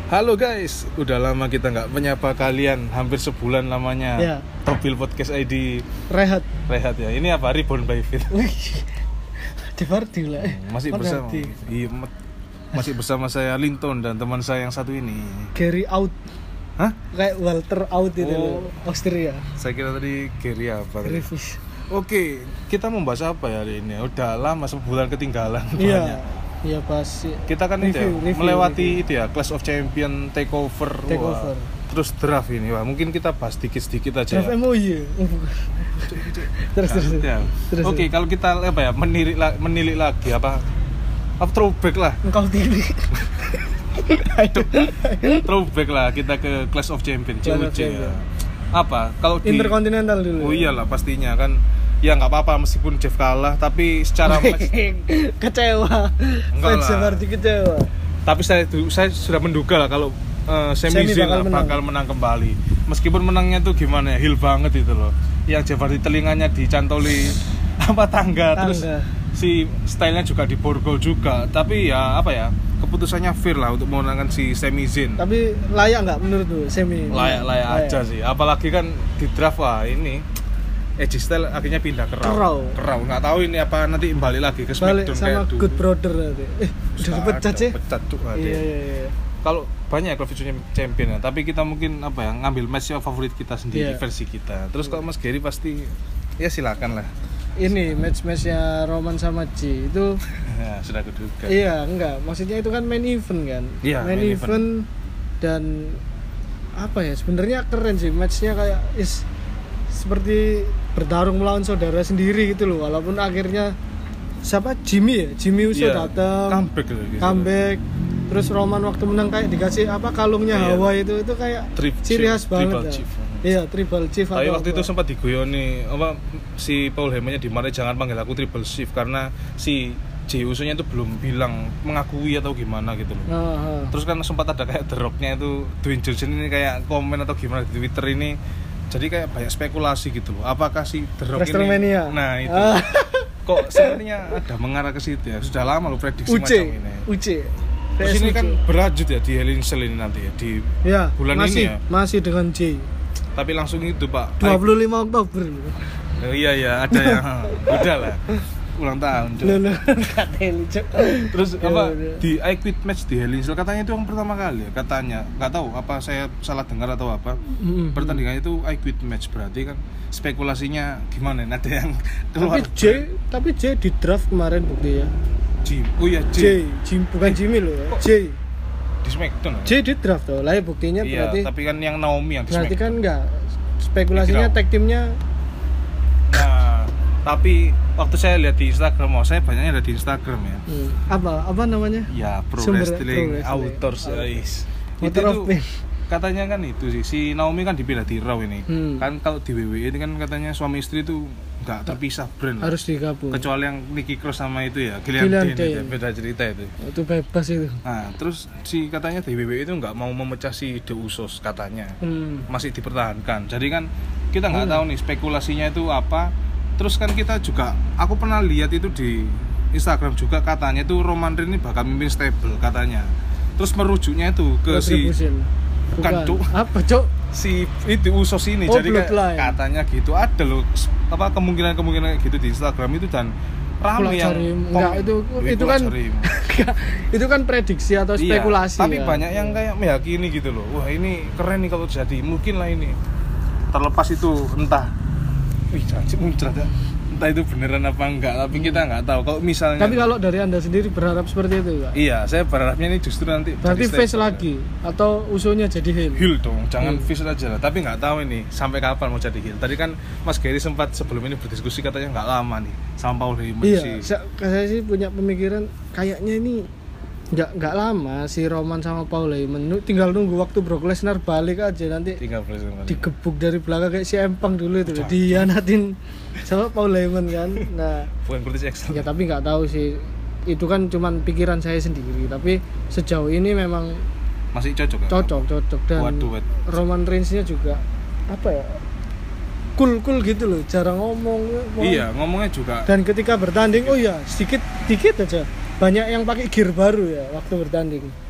Halo guys, udah lama kita nggak menyapa kalian, hampir sebulan lamanya. Ya. Topil Podcast ID Rehat ya. Ini apa? Reborn by Fit. di Fardi lah. Masih bersama. Iya, masih bersama saya Linton dan teman saya yang satu ini. Gary out. Hah? Kayak Walter out itu loh, Austria. Saya kira tadi Gary apa tadi? Griffiths. Oke, kita membahas apa ya hari ini? Udah lama sebulan ketinggalan. Iya. Iya pasti. Kita kan Review, melewati itu ya, Clash of Champion, takeover. Takeover. Terus draft ini, wah mungkin kita bahas sedikit aja. Draft ya. MOU. Terus. Oke, kalau kita apa ya, menilik lagi apa throwback lah. Engkau tiri. Throwback lah kita ke Clash of Champion, COC ya. Apa? Kalau di Intercontinental dulu. Oh iyalah pastinya kan. Ya nggak apa-apa meskipun Jeff kalah, tapi secara match kecewa. Enggak lah. Seperti kecewa. Tapi saya sudah menduga lah kalau Semi bakal menang kembali. Meskipun menangnya tuh gimana ya, heel banget itu loh. Yang Jeff telinganya dicantoli tangga. Terus si stylenya juga diborgol juga. Tapi ya apa ya, keputusannya fair lah untuk memenangkan si Sami Zayn. Tapi layak nggak menurut lu Semi? Layak aja sih. Apalagi kan di draft ini Edge Style akhirnya pindah ke Raw. Nggak tahu ini apa nanti balik lagi ke SmackDown sama kayak Good Brother nanti. Udah dipecat sih. Pecat tuh. Iya. Kalau banyak kalau Future Champion ya, tapi kita mungkin apa ya, ngambil match yang favorit kita sendiri, versi kita. Terus kalau Mas Gary pasti ya silakan lah. Ini match-matchnya Roman sama J itu ya, sudah kuduga. Iya, enggak. Maksudnya itu kan main event kan. Iya, main event dan apa ya? Sebenarnya keren sih matchnya, kayak seperti bertarung melawan saudara sendiri gitu loh. Walaupun akhirnya siapa? Jimmy Uso datang. Comeback. Terus Roman waktu menang kayak dikasih kalungnya Hawa itu kayak ciri khas banget. Iya, Tribal Chief. Tapi waktu itu sempat diguyoni si Paul Heyman-nya dimarahin, jangan panggil aku Tribal Chief karena si Jey Uso-nya itu belum bilang mengakui atau gimana gitu loh. Terus kan sempat ada kayak The Rock-nya itu, Dwayne Johnson ini kayak komen atau gimana di Twitter ini. Jadi kayak banyak spekulasi gitu loh. Apakah si The Rock ini? Nah itu. Kok sepertinya ada mengarah ke situ ya. Sudah lama lo prediksi macam ini. Terus ini kan berlanjut ya di Hell in Cell ini nanti ya di bulan ini ya. Masih dengan J. Tapi langsung itu Pak. 25 Oktober. Iya ada yang udah lah. Ulang tahun terus di I Quit Match di Hell in Cell katanya itu yang pertama kali ya, katanya nggak tahu apa saya salah dengar atau apa. Pertandingannya itu I Quit Match, berarti kan spekulasinya gimana, ada yang keluar. Tapi J di draft kemarin bukti ya. Jim bukan Jimmy loh ya. J di SmackDown. J di draft tuh lah ya, buktinya berarti. Tapi kan yang Naomi yang di berarti SmackDown. Berarti kan enggak spekulasinya tag timnya. Nah, tapi waktu saya lihat di Instagram, saya banyaknya ada di Instagram ya. Apa namanya? Ya, Pro Wrestling Authors guys. Itu tuh katanya kan itu sih, si Naomi kan dipilih di Raw ini. Kan kalau di WWE itu kan katanya suami istri itu enggak terpisah brand. Harus digabung. Kecuali yang Nikki Cross sama itu ya, Gillian Dane. Beda cerita itu. Itu bebas itu. Nah, terus si katanya di WWE itu enggak mau memecah si The Usos katanya. Masih dipertahankan. Jadi kan kita enggak tahu nih spekulasinya itu apa. Terus kan kita juga, aku pernah lihat itu di Instagram juga, katanya itu Roman Reigns ini bakal mimpin stable katanya. Terus merujuknya itu ke bukan Cuk. Apa Cuk? Si itu Usos ini. Jadi katanya gitu, ada loh kemungkinan gitu di Instagram itu, dan ramai yang itu kan itu kan prediksi atau spekulasi. Tapi banyak yang kayak meyakini gitu loh. Wah, ini keren nih kalau jadi, mungkin lah ini. Terlepas itu entah entah itu beneran apa enggak, tapi kita enggak tahu. Kalau misalnya, tapi kalau dari Anda sendiri berharap seperti itu enggak? Iya, saya berharapnya ini justru nanti berarti face lagi atau usulnya jadi heel dong, jangan face aja lah. Tapi enggak tahu ini sampai kapan mau jadi heel. Tadi kan Mas Gary sempat sebelum ini berdiskusi, katanya enggak lama nih sama Paul Heyman. Iya, saya sih punya pemikiran kayaknya ini enggak lama si Roman sama Paul Heyman, tinggal nunggu waktu Brock Lesnar balik aja, nanti digebuk dari belakang kayak si Empang dulu itu, dianatin sama Paul Heyman kan. Nah, bukan British Excel. Ya tapi nggak tahu sih, itu kan cuman pikiran saya sendiri, tapi sejauh ini memang masih cocok dan Roman Reigns-nya juga apa ya, cool gitu loh, jarang ngomong. Iya, ngomongnya juga. Dan ketika bertanding sedikit aja banyak yang pakai gear baru ya waktu bertanding.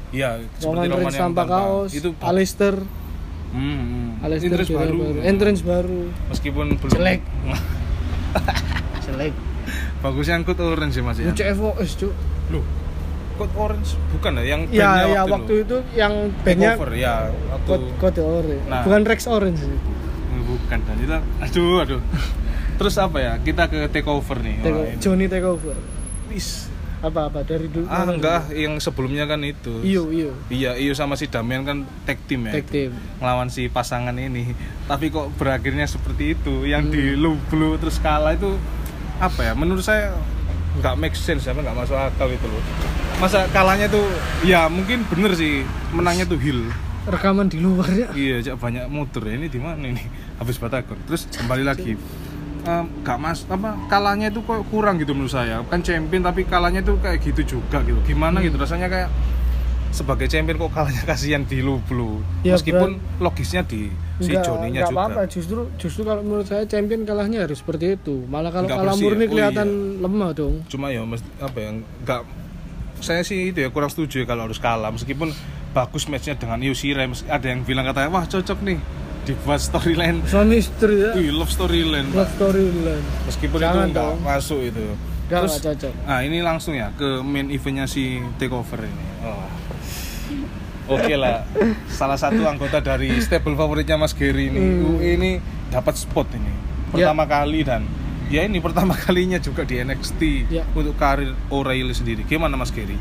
Iya, seperti Roman Reigns tanpa kaos, itu Aleister entrance baru. Entrance baru. Meskipun belum Jelek. Jelek. Bagusnya Code Orange ya Mas ya. UCFOS, Cuk. Loh. Code Orange bukan ya yang ya waktu itu yang bandnya cover ya waktu Code Orange. Nah, bukan Rex Orange. Bukan dan itu aduh. Terus apa ya? Kita ke takeover nih. Johnny Takeover. Wis. Apa dari dulu? Enggak, yang sebelumnya kan itu. Iyo sama si Damian kan tag team ya. Tag team. Ngelawan si pasangan ini. Tapi kok berakhirnya seperti itu, yang di blue terus kalah itu apa ya? Menurut saya nggak make sense, nggak masuk akal itu loh. Masa kalahnya tuh ya mungkin bener sih, menangnya tuh heel. Rekaman di luar ya. Iya, banyak motor ya. Ini di mana ini? Habis Batagor. Terus kembali lagi. Kalahnya itu kok kurang gitu menurut saya. Kan champion tapi kalahnya itu kayak gitu juga gitu. Gimana gitu rasanya kayak sebagai champion kok kalahnya kasihan di blue. Ya, meskipun logisnya di si Johnny-nya juga. Enggak apa-apa, justru kalau menurut saya champion kalahnya harus seperti itu. Malah kalau kalah murni kelihatan lemah dong. Cuma ya enggak, saya sih itu ya kurang setuju ya kalau harus kalah meskipun bagus matchnya dengan Io Shirai. Ada yang bilang katanya wah cocok nih dibuat storyline suami istri ya. Love storyline. Meskipun jangan itu enggak masuk itu. Terus cocok. Nah, ini langsung ya ke main eventnya si Takeover ini. Oke lah. Salah satu anggota dari stable favoritnya Mas Gary ini. Ini dapat spot ini. Pertama kali dan ya ini pertama kalinya juga di NXT untuk karir O'Reilly sendiri. Gimana Mas Gary?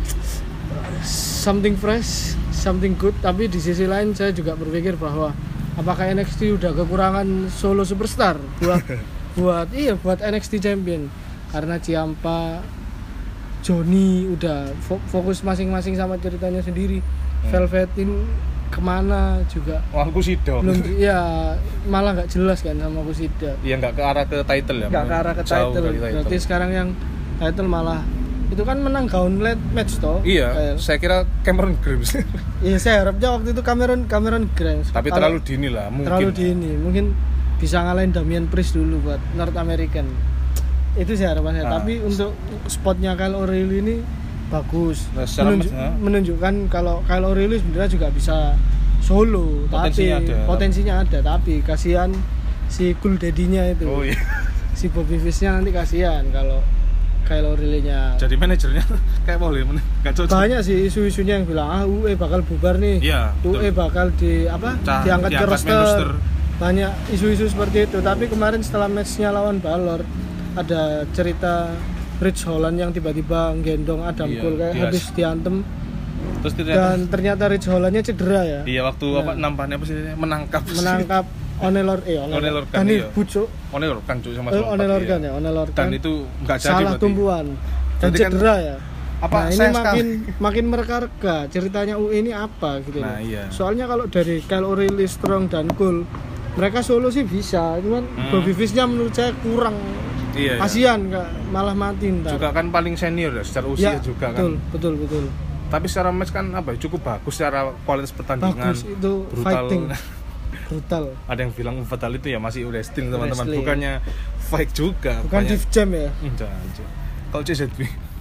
Something fresh, something good, tapi di sisi lain saya juga berpikir bahwa apakah NXT udah kekurangan solo superstar buat NXT champion, karena Ciampa, Johnny udah fokus masing-masing sama ceritanya sendiri. Velveteen kemana juga Kushida belum malah nggak jelas kan sama Kushida. Iya, nggak ke arah ke title ya, nggak ke arah ke title. Berarti sekarang yang title malah itu kan menang gauntlet match toh. Iya, saya kira Cameron Grimes. Iya, saya harapnya waktu itu Cameron Grimes. Tapi terlalu dini lah, mungkin. Terlalu dini, mungkin bisa ngalahin Damian Priest dulu buat North American. Itu sih harapan saya. Tapi untuk spotnya Kyle O'Reilly ini bagus. Nah, menunjukkan kalau Kyle O'Reilly sebenarnya juga bisa solo, potensinya ada. Tapi kasihan si Cool Daddy-nya itu. Oh iya. Si Bobby Fish-nya nanti kasihan kalau Kyle O'Reilly-nya jadi manajernya kayak boleh enggak cocok. Banyak sih isu-isunya yang bilang UE bakal bubar nih. Iya, UE bakal diangkat ke roster. Banyak isu-isu seperti itu. Tapi kemarin setelah match-nya lawan Balor ada cerita Rich Holland yang tiba-tiba gendong Adam Cole kayak habis diantem. Dan ternyata Rich Holland-nya cedera ya. Iya, waktu nampaknya apa sih menangkap Onel Orkan iya. Bucuk. Onel Orkan sama Onel Orkan. Dan itu enggak jadi salah tumbuhan dan cedera ya. Apa ini makin mereka-reka ceritanya UE ini apa gitu. Nah, iya. Soalnya kalau dari Kyle O'Reilly, Strong dan Cole mereka solo sih bisa, cuman Bobby Fish-nya menurut saya kurang. Iya. Kasihan malah mati ntar. Juga kan paling senior ya secara usia juga kan. Betul. Tapi secara match kan cukup bagus secara kualitas pertandingan. Bagus itu brutal. Fighting. Brutal. Ada yang bilang fatal itu ya masih wrestling teman-teman, bukannya fight juga. Bukan div jam ya. Kalau CZB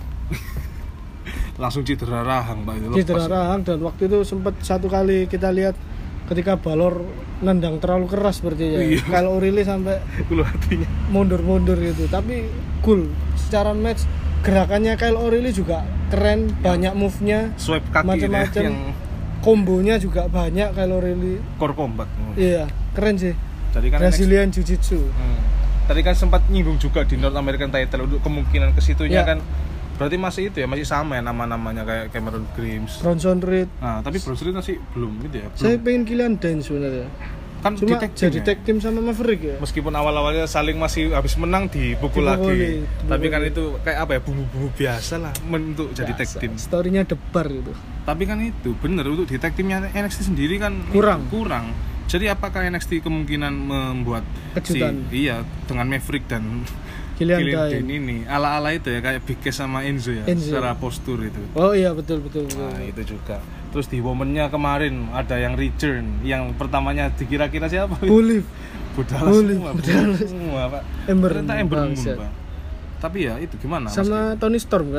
langsung cedera rahang Pak itu. Cedera rahang dan waktu itu sempat satu kali kita lihat ketika Balor nendang terlalu keras sepertinya. Iya. Kalau O'Reilly sampai hatinya mundur gitu. Tapi cool. Secara match gerakannya Kyle O'Reilly juga keren, banyak move-nya, swipe kaki macam-macam. yang kombonya juga banyak Kyle O'Reilly. Core combat. Iya, keren sih. Jadi kan Brazilian Jiu-Jitsu. Tadi kan sempat nyinggung juga di North American Title untuk kemungkinan ke situnya kan. Berarti masih itu ya, masih sama ya nama-namanya kayak Cameron Grimes, Bronson Reed. Nah, tapi Bronson Reed masih belum gitu ya. Saya pengen Killian Dane sebenarnya. Kan cuma jadi tag team sama Maverick ya. Meskipun awal-awalnya saling masih habis menang dipukul lagi. Tapi kan itu kayak apa ya, bumbu-bumbu biasa lah untuk jadi tag team. Story-nya debar gitu. Tapi kan itu bener untuk di tag teamnya NXT sendiri kan kurang. Jadi apakah NXT kemungkinan membuat kejutan dengan Maverick dan Killian Dane ini ala-ala itu ya kayak Big Cass sama Enzo ya, secara postur itu. Oh iya betul. Nah, itu juga. Terus di woman-nya kemarin ada yang return, yang pertamanya dikira-kira siapa? Bully. Budala semua, Pak. Ember Moon, Pak. Tapi ya itu gimana? Sama Tony Storm kan?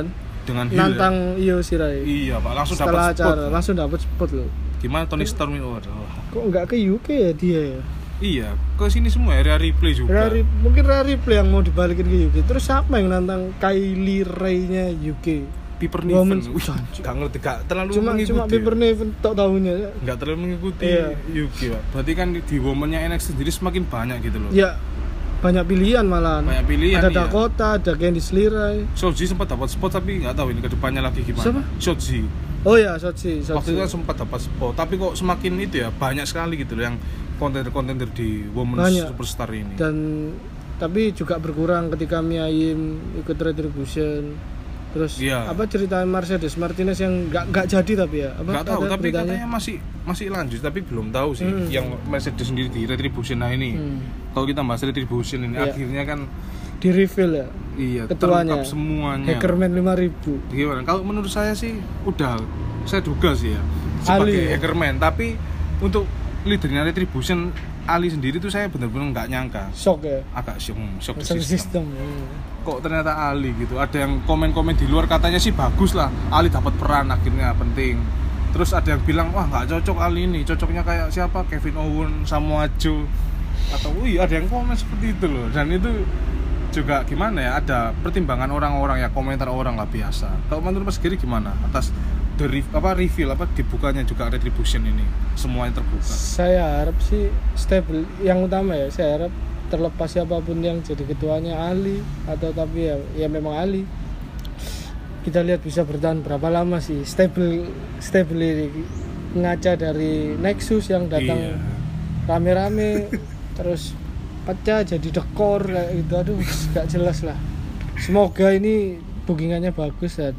dengan nantang Io Shirai. Iya Pak, langsung setelah dapat spot. acara langsung dapat spot loh. Gimana Tony Storm itu? Kok nggak ke UK ya dia ya? Iya, ke sini semua ya, Rhea Ripley juga. Mungkin Rhea Ripley yang mau dibalikin ke UK. Terus siapa yang nantang Kylie Ray-nya UK? Piper Niven. Gak ngerti, gak terlalu mengikuti. Cuma Piper Niven tok tahunya. Gak terlalu mengikuti UK, Pak. Berarti kan di womennya NXT sendiri semakin banyak gitu loh. Ya, banyak pilihan malahan. Banyak pilihan. Ada Dakota, ada Candice LeRae. Shotzi sempat dapat spot tapi nggak tahu ini kedepannya lagi gimana. Siapa? Shotzi. Oh ya, Shotzi. Waktu itu kan sempat dapat spot, tapi kok semakin itu ya banyak sekali gitu loh yang kontender di Women's Superstar ini. Dan tapi juga berkurang ketika Mia Yim ikut Retribution. Terus apa cerita Mercedes Martinez yang nggak jadi tapi ya? Nggak tahu, tapi katanya masih lanjut, tapi belum tahu sih yang Mercedes sendiri di Retribution. Nah ini kalau kita bahas Retribution ini akhirnya kan di reveal ya. Iya, ketuanya semuanya. Hackerman 5.000. Gimana? Kalau menurut saya sih saya duga sih ya sebagai Hackerman, tapi untuk leadernya Retribution Ali sendiri tuh saya benar-benar nggak nyangka. Shock ya? Agak shock sistem. Kok ternyata Ali gitu. Ada yang komen-komen di luar katanya sih bagus lah, Ali dapat peran akhirnya penting. Terus ada yang bilang wah nggak cocok Ali ini, cocoknya kayak siapa, Kevin Owens, Samoa Joe, atau ada yang komen seperti itu loh. Dan itu juga gimana ya, ada pertimbangan orang-orang ya, komentar orang lah biasa. Kalau menurut Mas Giri gimana atas reveal dibukanya juga Retribution ini, semuanya terbuka? Saya harap sih stable, yang utama ya saya harap terlepas siapapun yang jadi ketuanya Ali atau tapi ya memang Ali, kita lihat bisa bertahan berapa lama sih stable ini, ngaca dari Nexus yang datang rame-rame terus pecah jadi dekor kayak gitu, aduh gak jelas lah. Semoga ini bookingannya bagus dan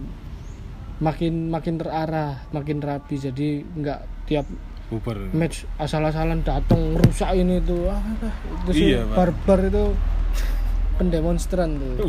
makin terarah, makin rapi, jadi nggak tiap match asal-asalan datang rusak ini tuh. Itu sih barbar itu pendemonstran tuh.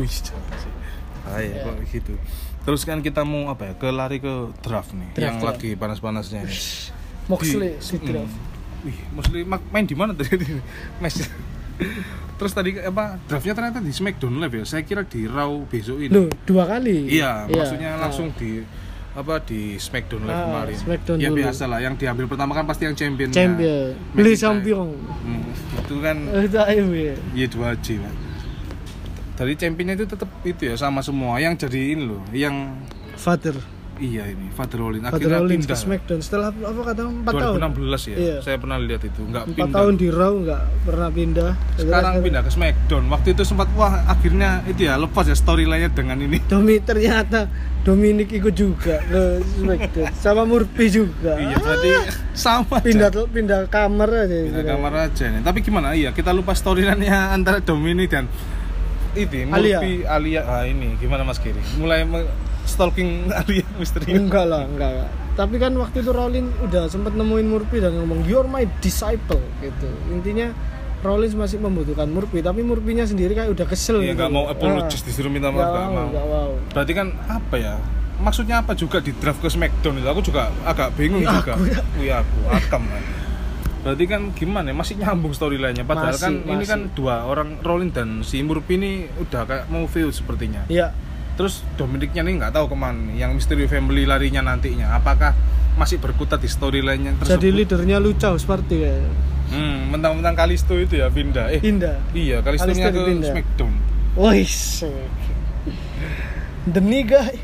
Kok gitu. Terus kan kita mau lari ke draft nih, yang lagi panas-panasnya nih. Moxley di draft. Moxley main di mana tadi? Match. Terus tadi draftnya ternyata di SmackDown Live ya. Saya kira di Raw besok ini. Loh, 2 kali. Iya, maksudnya langsung di SmackDown Live kemarin. SmackDown ya dulu. Biasa lah, yang diambil pertama kan pasti yang champion. Beli champion. Itu kan. Itu AEW. Iya 2J, Pak. Dari championnya itu tetap itu ya, sama semua. Yang jadi ini loh, yang Father. Iya ini, Father Rollins akhirnya pindah ke SmackDown setelah kata 4 tahun. 2016 ya. Iya. Saya pernah lihat itu, enggak 4 pindah. 4 tahun di Raw enggak pernah pindah. Sekarang pindah ke SmackDown. Waktu itu sempat akhirnya itu ya lepas ya storyline-nya dengan ini. Ternyata Dominic ikut juga ke SmackDown sama Murphy juga. Iya, berarti sama. Pindah kamar aja. Pindah kamar aja nih. Tapi gimana? Iya, kita lupa storyline-nya antara Dominic dan Murphy Alia. Ini gimana Mas Giri? Mulai stalking Alia Misteri? Enggak. Tapi kan waktu itu Rollins udah sempat nemuin Murphy dan ngomong you're my disciple gitu. Intinya Rollins masih membutuhkan Murphy, tapi Murphy-nya sendiri kayak udah kesel gitu. Iya, enggak mau apologies, disuruh minta maaf enggak mau. Berarti kan apa ya? Maksudnya apa juga di draft ke SmackDown itu? Aku juga agak bingung juga. Aku akam kan. Berarti kan gimana ya? Masih nyambung storyline-nya. Padahal ini kan dua orang, Rollins dan si Murphy ini udah kayak mau feud sepertinya. Iya. Terus Dominicnya nih nggak tahu kemana nih, yang Mysterio Family larinya nantinya. Apakah masih berkutat di storyline-nya tersebut? Jadi leadernya Lucha House Party kayaknya. Mentang-mentang Kalisto itu ya pindah. Iya, Kalisto-nya ke SmackDown. Wih, Deni guy.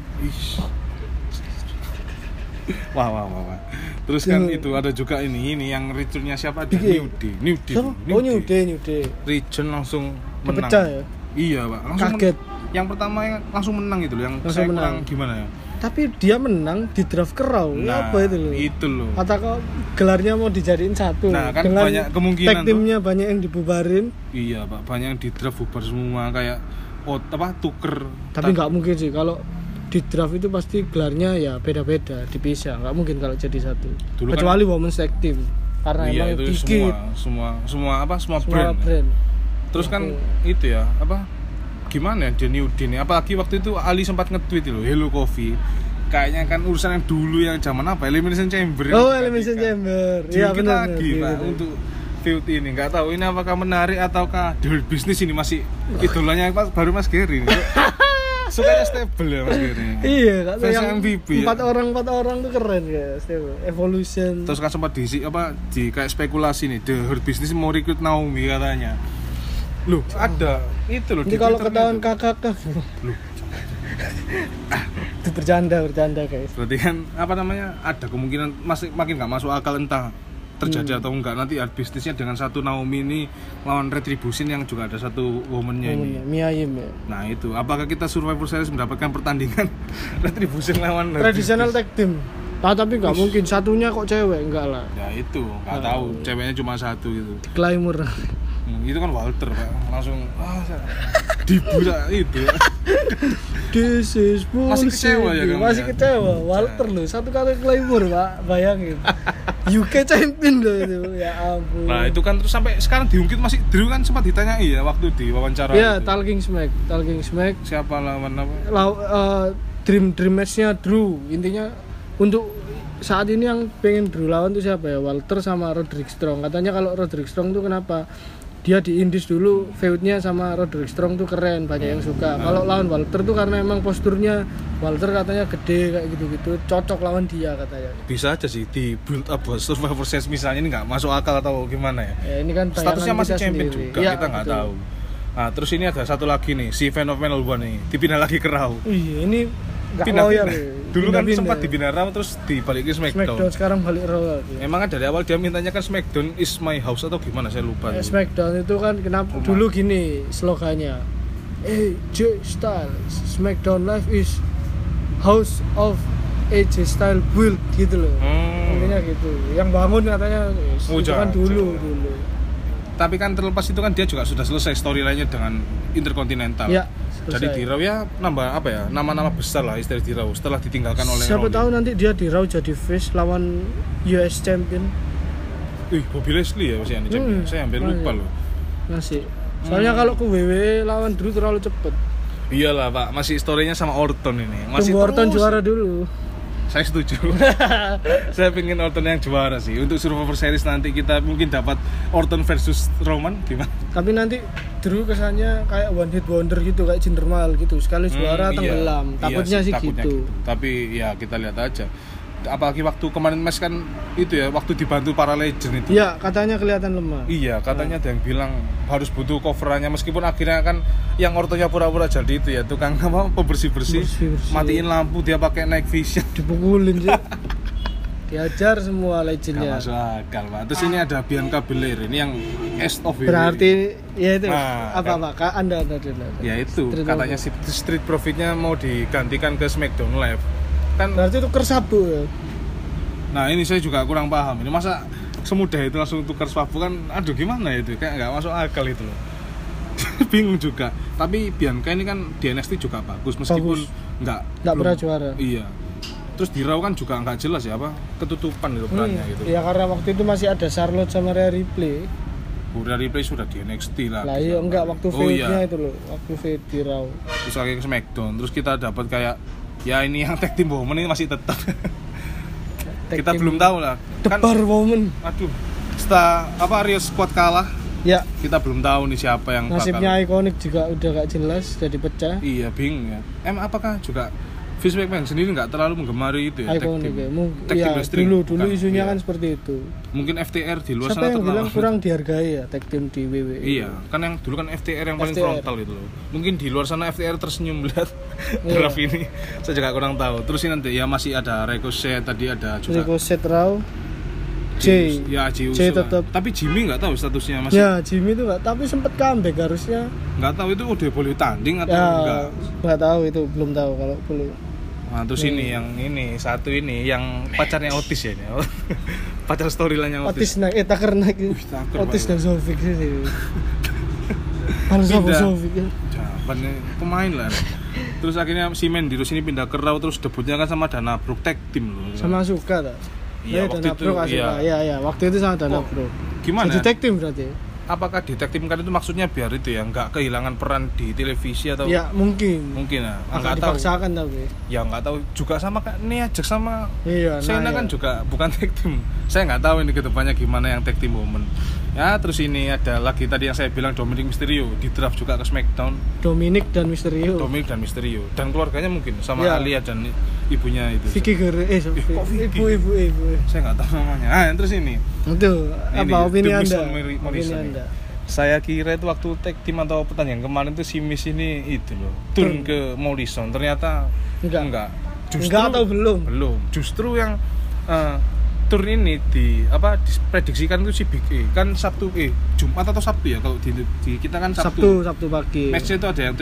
Wah. Terus kan itu ada juga ini yang regionnya siapa? New Day. New Day. Region langsung menang. Pecah ya? Iya, Pak. Langsung kaget. Yang pertama langsung menang itu loh, yang saya kurang gimana ya? Tapi dia menang di draft ke Raw. Apa itu loh? Itu loh. Atau gelarnya mau dijadiin satu. Nah, kan dengan banyak kemungkinan tag timnya banyak yang dibubarin. Iya, Pak. Banyak yang di draft bubar semua kayak tuker. Tapi nggak mungkin sih kalau di draft itu pasti gelarnya ya beda-beda, dipisah. Nggak mungkin kalau jadi satu. Dulu kecuali kan, Women's Tag Team. Karena emang itu dikit. Semua brand. Terus kan itu ya, gimana ya The New Day nih, apalagi waktu itu Ali sempat nge-tweet loh, Hello Coffee, kayaknya kan urusan yang dulu yang zaman Elimination Chamber. Elimination Chamber. Iya benar. Lagi Pak untuk feud ini, nggak tahu ini apakah menarik ataukah di bisnis ini masih idolanya baru Mas Gary. Sukanya stable ya Mas Giri. Iya, kata Fans yang MVP ya. empat orang tuh keren ya, stable. Evolution. Terus kan sempat di kayak spekulasi nih, The Hurt Business mau rekrut Naomi katanya. Loh, ada itu loh. Ini kalau ketahuan kakak Loh, itu bercanda guys. berarti kan ada kemungkinan makin nggak masuk akal, entah terjadi atau enggak nanti bisnisnya dengan satu Naomi ini lawan Retribution yang juga ada satu woman-nya ini. Mia Yim ya. Nah itu, apakah kita Survivor Series mendapatkan pertandingan Retribution lawan traditional tag team? Tapi nggak mungkin satunya kok cewek, enggak lah. Ya itu, nggak tahu, ceweknya cuma satu gitu. Claymore. Itu kan Walter Pak, langsung dibuka itu ya. This is Masih kecewa ya kamu? Masih kecewa, Walter loh, satu kali Claymore Pak, bayangin. UK champion loh itu, ya ampun. Nah itu kan terus sampai sekarang diungkit masih Drew kan sempat ditanyai ya waktu di wawancara. Iya, itu. Talking Smack. Siapa lawan apa? Dream match-nya Drew, intinya untuk saat ini yang pengen Drew lawan tuh siapa ya? Walter sama Roderick Strong. Katanya kalau Roderick Strong tuh kenapa? Dia di Indies dulu feud-nya sama Roderick Strong tuh keren, banyak yang suka. Kalau lawan Walter tuh karena emang posturnya Walter katanya gede kayak gitu-gitu, cocok lawan dia katanya. Bisa aja sih di build up buat Survivor Series misalnya, ini nggak masuk akal atau gimana ya? Ya ini kan statusnya masih champion sendiri. juga, Ya, kita nggak betul. tahu. Nah terus ini ada satu lagi nih, si Fan of Metal One nih dipindah lagi ke Raw. Iya, ini nggak loyal ya. Dulu kan sempat dipindah Raw terus dibalikin Smackdown sekarang balik Raw lagi. Emangnya dari awal dia mintanya kan Smackdown is my house atau gimana, saya lupa. Smackdown itu kan kenapa dulu gini slogannya, AJ Styles, Smackdown Live is House of AJ Styles build gitu loh. Intinya gitu. Yang bangun katanya itu kan dulu. Tapi kan terlepas itu kan dia juga sudah selesai storyline-nya dengan Intercontinental. Ya, jadi di Raw ya nambah nama-nama besar lah istilah di Raw setelah ditinggalkan oleh siapa Raw. tahu nanti dia di Raw jadi face lawan US Champion. Bobby Leslie ya masih champion. Saya hampir lupa loh. Masih. Soalnya kalau ke WWE lawan Drew terlalu cepet. Iyalah Pak, masih story-nya sama Orton ini. Masih tunggu Orton juara dulu. Saya setuju. Saya pengen Orton yang juara sih. Untuk Survivor Series nanti kita mungkin dapat Orton versus Roman gimana? Tapi nanti Drew kesannya kayak one hit wonder gitu, kayak Jinder Mahal gitu. Sekali juara tenggelam. Takutnya sih gitu. Tapi ya kita lihat aja. Apalagi waktu kemarin match kan itu ya, waktu dibantu para legend itu. Iya, katanya kelihatan lemah. Iya, katanya ada yang bilang harus butuh coverannya, meskipun akhirnya kan yang Ortonnya pura-pura jadi itu ya, tukang pembersih-bersih. Matiin lampu, dia pakai night vision. Dipukulin sih. Diajar semua legendnya. Gak masuk akal Pak. Terus ini ada Bianca Belair, ini yang Ace of WWE. Berarti ya itu Kan, Anda. Ya itu katanya Street Profitnya mau digantikan ke SmackDown Live. Kan berarti tukar sabu ya. Nah ini saya juga kurang paham, ini masa semudah itu langsung tukar sabu kan, aduh gimana itu, kayak nggak masuk akal itu loh. Bingung juga. Tapi Bianca ini kan di NXT juga bagus meskipun nggak pernah juara. Iya. Terus di Raw kan juga nggak jelas ya ketutupan itu perannya gitu. Iya, karena waktu itu masih ada Charlotte sama Rhea Ripley. Rhea Ripley sudah di NXT lah. Lah iya enggak, waktu feud-nya itu loh, waktu feud di Raw. Terus lagi ke SmackDown, terus kita dapat kayak ya ini yang tag team woman ini masih tetap. Kita belum tahu lah. Debar woman. Aduh. Setelah Rio Squad kalah. Ya. Kita belum tahu nih siapa yang nasibnya ikonik juga udah gak jelas, sudah dipecah. Iya, bingung ya. Apakah juga Vince McMahon sendiri nggak terlalu menggemari itu ya? Ikonik ya. Iya, dulu isunya kan seperti itu. Mungkin FTR di luar sana terlalu. Siapa yang bilang kurang dihargai ya tag team di WWE? Iya, kan yang dulu kan FTR yang paling frontal itu loh. Mungkin di luar sana FTR tersenyum melihat draft ini. Saya juga kurang tahu. Terus ini nanti ya masih ada Ricochet, tadi ada juga Ricochet, Raw, Jey tetap. Tapi Jimmy nggak tahu statusnya masih. Ya Jimmy itu nggak, tapi sempat comeback harusnya. Nggak tahu itu udah boleh tanding atau enggak. Nggak tahu itu, belum tahu kalau boleh. Nah, terus ini yang satu ini yang pacarnya Otis ya ini. Pacar storyline-nya Otis. Tucker naik. Otis dan Sofik sih. Paling Sofik ya. Jawabannya pemain lah. Terus akhirnya si Mandy terus ini pindah ke Raw, terus debutnya kan sama Dana Brooke tag team loh. Sama Asuka tak? Iya, waktu itu iya, waktu itu sama Dana Brooke. Gimana? Jadi tag team berarti. Apakah di tag team kan itu maksudnya biar itu ya nggak kehilangan peran di televisi atau? Ya mungkin ya. Nggak dipaksakan tapi. Ya nggak tahu juga sama kayak Nia Jax sama Shayna kan juga bukan tag team. Saya nggak tahu ini kedepannya gimana yang tag team woman. Ya, terus ini ada lagi tadi yang saya bilang Dominic Mysterio di draft juga ke SmackDown. Dominic dan Mysterio. Dan keluarganya mungkin sama Ya. Alia dan ibunya itu. Vicky kok Vicky? ibu. Saya nggak tahu namanya. Terus ini. Itu apa opini The Miz Anda? on Opini Morrison. Anda. Saya kira itu waktu tag team atau pertandingan kemarin tuh si Miz ini itu loh, turun ke Morrison. Ternyata enggak. Enggak atau belum? Belum. Justru yang turn ini diprediksikan itu si Big E kan Jumat atau Sabtu ya kalau di kita kan Sabtu pagi. Matchnya itu ada yang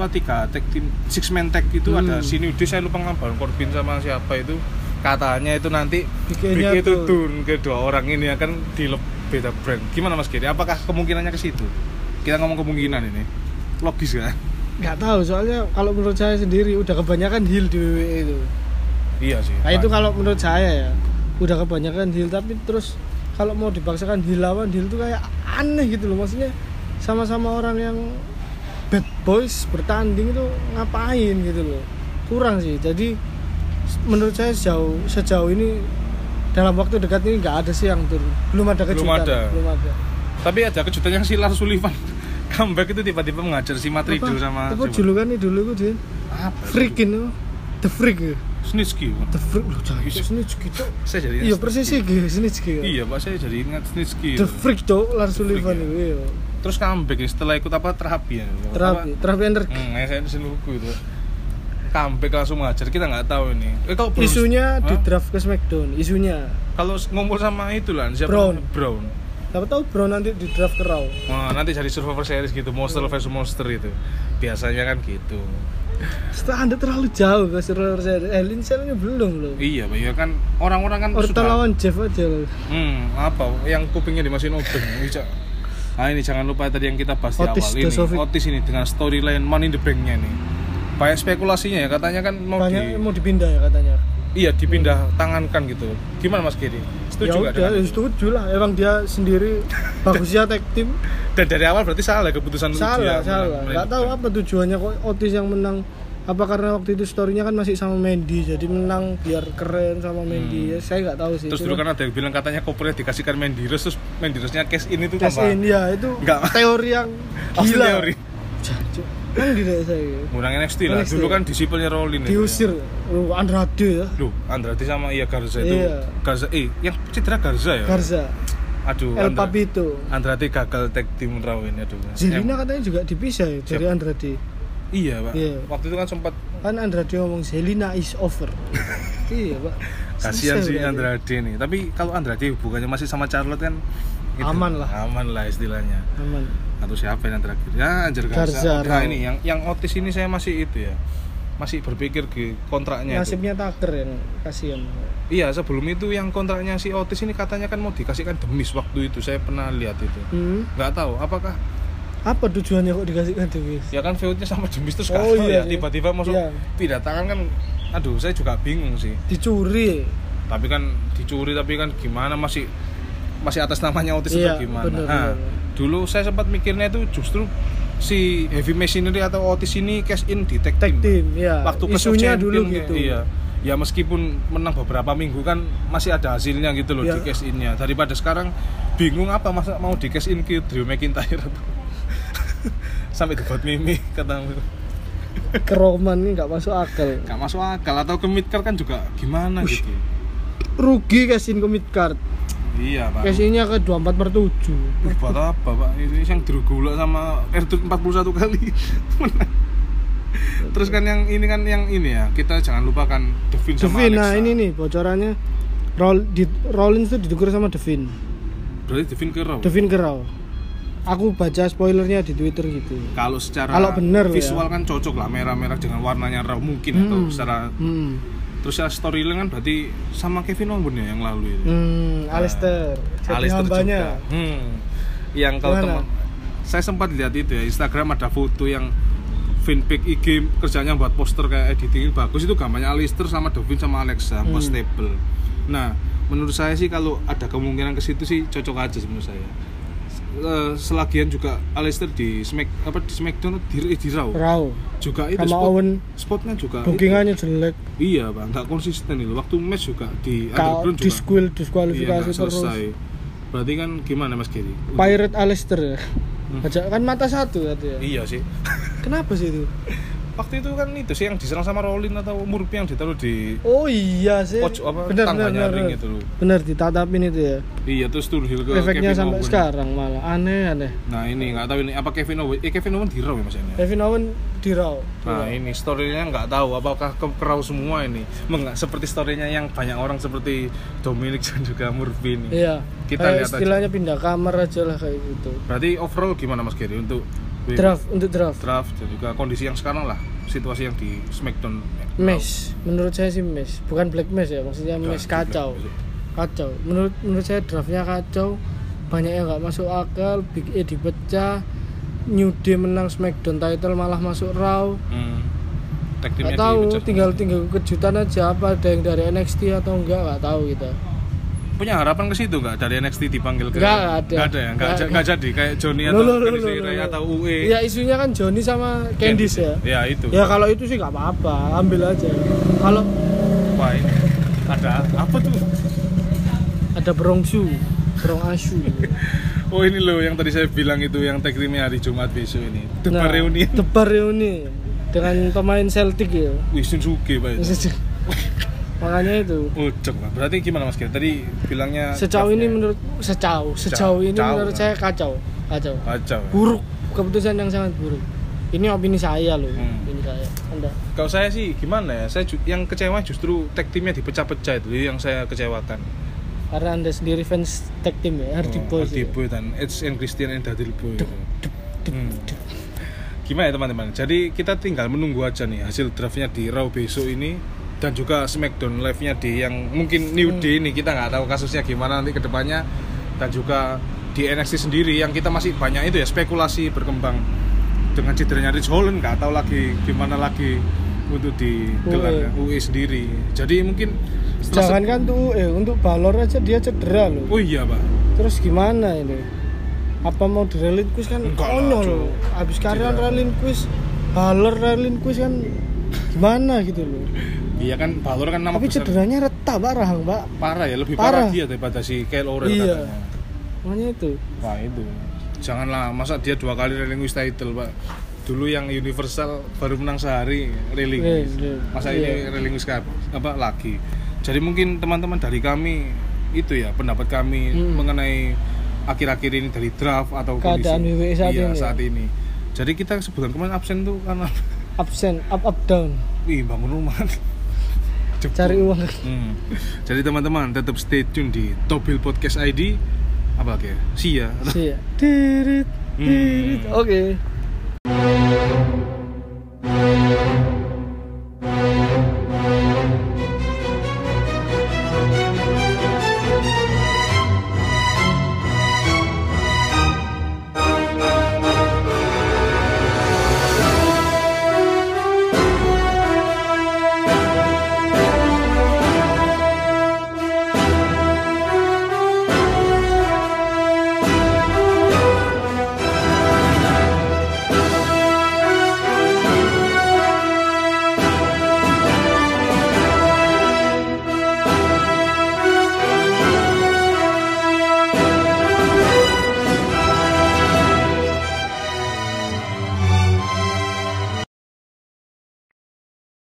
3 tag team 6 man tag itu ada si New Day, saya lupa Baron Corbin sama siapa itu, katanya itu nanti Big E itu turun ke dua orang ini akan di beda brand. Gimana Mas Giri? Apakah kemungkinannya ke situ? Kita ngomong kemungkinan ini. Logis kan? Nggak tahu, soalnya kalau menurut saya sendiri udah kebanyakan heel di WWE itu. Iya sih. Nah, itu kalau menurut saya ya. Udah kebanyakan heel, tapi terus kalau mau dipaksakan heel lawan heel itu kayak aneh gitu loh. Maksudnya sama-sama orang yang bad boys bertanding itu ngapain gitu loh. Kurang sih. Jadi menurut saya sejauh ini dalam waktu dekat ini nggak ada sih yang turun. Belum ada kejutan. Belum ada. Tapi ada kejutan yang si Lars Sullivan comeback itu tiba-tiba mengajar si Matt Riddle sama apa julukannya dulu itu dia? Freak itu. The Freak ya? Snitsky. The Freak loh, jangan Snitsky cok. Saya jadi iya persis sih Snitsky. Iya Pak, saya jadi ingat Snitsky. The Freak cok, Lars Sullivan itu. Iya. Terus comeback setelah ikut terapi ya? Terapi energi. Saya buku itu. Comeback langsung mengajar, kita nggak tahu ini. Kalau isunya di draft ke SmackDown, isunya. Kalau ngumpul sama itu lah, siapa? Brown. Siapa tahu Brown nanti di draft ke Raw. Wah, nanti jadi Survivor Series gitu, Monster versus Monster itu. Biasanya kan gitu. Setelah Anda terlalu jauh ke Survivor Series, Lindsay-nya belum loh. Iya, Pak, ya kan orang-orang kan Orton lawan Jeff aja loh. Apa? Yang kupingnya dimasukin obeng. Nah, ini jangan lupa tadi yang kita bahas di awal ini. Otis ini dengan storyline Money in the Bank-nya nih. Banyak spekulasinya ya, katanya kan mau dipindah ya katanya. Iya, dipindah tangankan gitu. Gimana Mas Giri? Setuju nggak dengan itu? Setuju lah, emang dia sendiri bagusnya tag team. Dan dari awal berarti salah keputusan Salah. Nggak tahu apa tujuannya kok Otis yang menang. Apa karena waktu itu story-nya kan masih sama Mandy, jadi menang biar keren sama Mandy. Ya, saya nggak tahu sih. Terus dulu kan ada yang bilang katanya covernya dikasihkan Mandy Rose, terus Mandy Rose-nya cash in itu tambah. Cash in ya, itu teori yang gila. Teori. Kan tidak saya. Ngurang NXT lah. Dulu kan disipelnya Rollins. Diusir Andrade ya. Andrade sama Garza itu. Iya. Garza yang cedera Garza ya. Garza. Aduh, El Papito. Andrade gagal tag team Raw ini, aduh. Zelina katanya juga dipisah ya dari Andrade. Iya, Pak. Iya. Waktu itu kan sempat Andrade ngomong Zelina is over. Iya, Pak. Kasihan sih Andrade nih. Tapi kalau Andrade hubungannya masih sama Charlotte kan gitu, aman lah istilahnya. Aman. Atau siapa yang terakhir? Ya, Anjar Garza. Nah, ini yang Otis ini saya masih itu ya. Masih berpikir ke kontraknya. Nasibnya Tucker yang kasihan. Iya, sebelum itu yang kontraknya si Otis ini katanya kan mau dikasihkan The Miz waktu itu. Saya pernah lihat itu. Nggak tahu apakah apa tujuannya kok dikasihkan The Miz? Ya kan feud-nya sama The Miz terus ya tiba-tiba masuk pindah tangan kan. Aduh, saya juga bingung sih. Dicuri. Tapi kan gimana masih atas namanya Otis atau gimana? Bener. Dulu saya sempat mikirnya itu justru si Heavy Machinery atau Otis ini cash in di tag team. Ya. Waktu isunya dulu gitu. Iya. Ya meskipun menang beberapa minggu kan masih ada hasilnya gitu loh di cash in-nya. Daripada sekarang bingung apa masa mau di cash in ke Drew McIntyre atau sampai dibuat meme katamu. Ke Roman ini nggak masuk akal. Nggak masuk akal atau ke midcard kan juga gimana gitu. Rugi cash in ke midcard. Iya, Pak. Casingnya ke 24/7. Buat apa, Pak? Ini yang Drogula sama R-Truth 41 kali. Terus kan yang ini ya. Kita jangan lupakan Devin sama Alexa. Nah, ini nih bocorannya. Rollins tuh ditegur sama Devin. Berarti Devin ke Raw. Aku baca spoilernya di Twitter gitu. Kalau secara bener visual kan cocok lah merah-merah dengan warnanya Raw mungkin atau secara terus ya storyline kan berarti sama Kevin Owens ya yang lalu itu. Alistair. Alistair juga. Yang kalau teman saya sempat lihat itu ya Instagram ada foto yang fanpage IG kerjanya buat poster kayak editing bagus, itu gambarnya Alistair sama Devin sama Alexa buat stable. Nah, menurut saya sih kalau ada kemungkinan ke situ sih cocok aja menurut saya. Selagian juga Alistair di Smackdown di Raw juga itu spotnya juga bookingannya jelek. Iya, Bang, nggak konsisten itu. Waktu match juga di Underground juga diskualifikasi terus. Berarti kan gimana Mas Giri? Pirate Alistair. Aja kan mata satu katanya. Iya sih. Kenapa sih itu? Waktu itu kan itu sih yang diserang sama Rowling atau Murphy yang ditaruh di Oh iya sih. pojok apa tangganya ring itu loh. Bener ditatapin itu ya. Iya terus Tuchel ke Efeknya Kevin sampai Owen. sekarang malah aneh. Nah ini nggak tahu ini apa Kevin Owen di Raw ya Mas ini. Kevin Owen di Raw. Nah ini story-nya nggak tahu apakah ke Raw semua ini. Seperti story-nya yang banyak orang seperti Dominic dan juga Murphy ini. Iya. Kita lihat istilahnya aja. pindah kamar aja lah kayak gitu. Berarti overall gimana Mas Giri untuk Draft dan juga kondisi yang sekarang lah, situasi yang di SmackDown. Mesh, menurut saya sih mesh, bukan black mesh ya, maksudnya mesh kacau. Kacau. Menurut saya draftnya kacau, banyak yang nggak masuk akal, Big E dipecah, New Day menang SmackDown title malah masuk Raw. Tag Nggak teamnya tahu, dipecah. tinggal kejutan aja apa ada yang dari NXT atau enggak, nggak tahu kita. Punya harapan ke situ nggak dari NXT dipanggil ke? Nggak ada Ya, nggak jadi kayak Johnny atau Candice LeRae atau UE. Ya isunya kan Johnny sama Candice ya. Ya itu. Ya kalau itu sih nggak apa-apa, ambil aja. Kalau Wah ini ada apa tuh? ada Brong Asu. Oh ini loh yang tadi saya bilang itu yang tag teamnya hari Jumat besok ini. Debar reuni. Debar reuni dengan pemain Celtic ya. Wih Shinsuke Pak. Makanya itu. Ucek Pak. Berarti gimana Mas Giri? Tadi bilangnya Sejauh ini menurut saya kacau. Buruk, keputusan yang sangat buruk. Ini opini saya loh. Opini saya. Anda. Kalau saya sih gimana ya? Yang kecewa justru tag teamnya dipecah-pecah itu yang saya kecewakan. Karena Anda sendiri fans tag team ya, Hardy Boys. Hardy Boys dan Edge and Christian and Dudley Boy. Gimana ya teman-teman? Jadi kita tinggal menunggu aja nih hasil draftnya di Raw besok ini dan juga SmackDown live-nya di yang mungkin New Day ini kita nggak tahu kasusnya gimana nanti ke depannya, dan juga di NXT sendiri yang kita masih banyak itu ya spekulasi berkembang dengan cederanya Rich Holland, nggak tahu lagi gimana lagi untuk di gelar UE sendiri. Jadi mungkin jangankan tuh untuk Balor aja dia cedera loh. Oh iya Pak. Terus gimana ini? Apa mau di relinquish kan konyol loh. Habis karyawan relinquish, Balor relinquish kan gimana gitu loh. Iya kan Balor kan nama tapi besar. cederanya parah Pak. Parah ya, lebih parah dia daripada si Kyle O'Reilly iya. katanya. Makanya itu. Wah itu. Janganlah masa dia 2 kali relinquish title Pak. Dulu yang Universal baru menang sehari relinquish. Masa ini relinquish apa lagi. Jadi mungkin teman-teman dari kami itu ya pendapat kami mengenai akhir-akhir ini dari draft atau keadaan WWE saat ini. Jadi kita sebulan kemarin absen tuh karena absen up down. Wih bangun rumah. Cari uang. Jadi teman-teman tetap stay tune di Tobil Podcast ID. Apa lagi ya? See ya. Oke.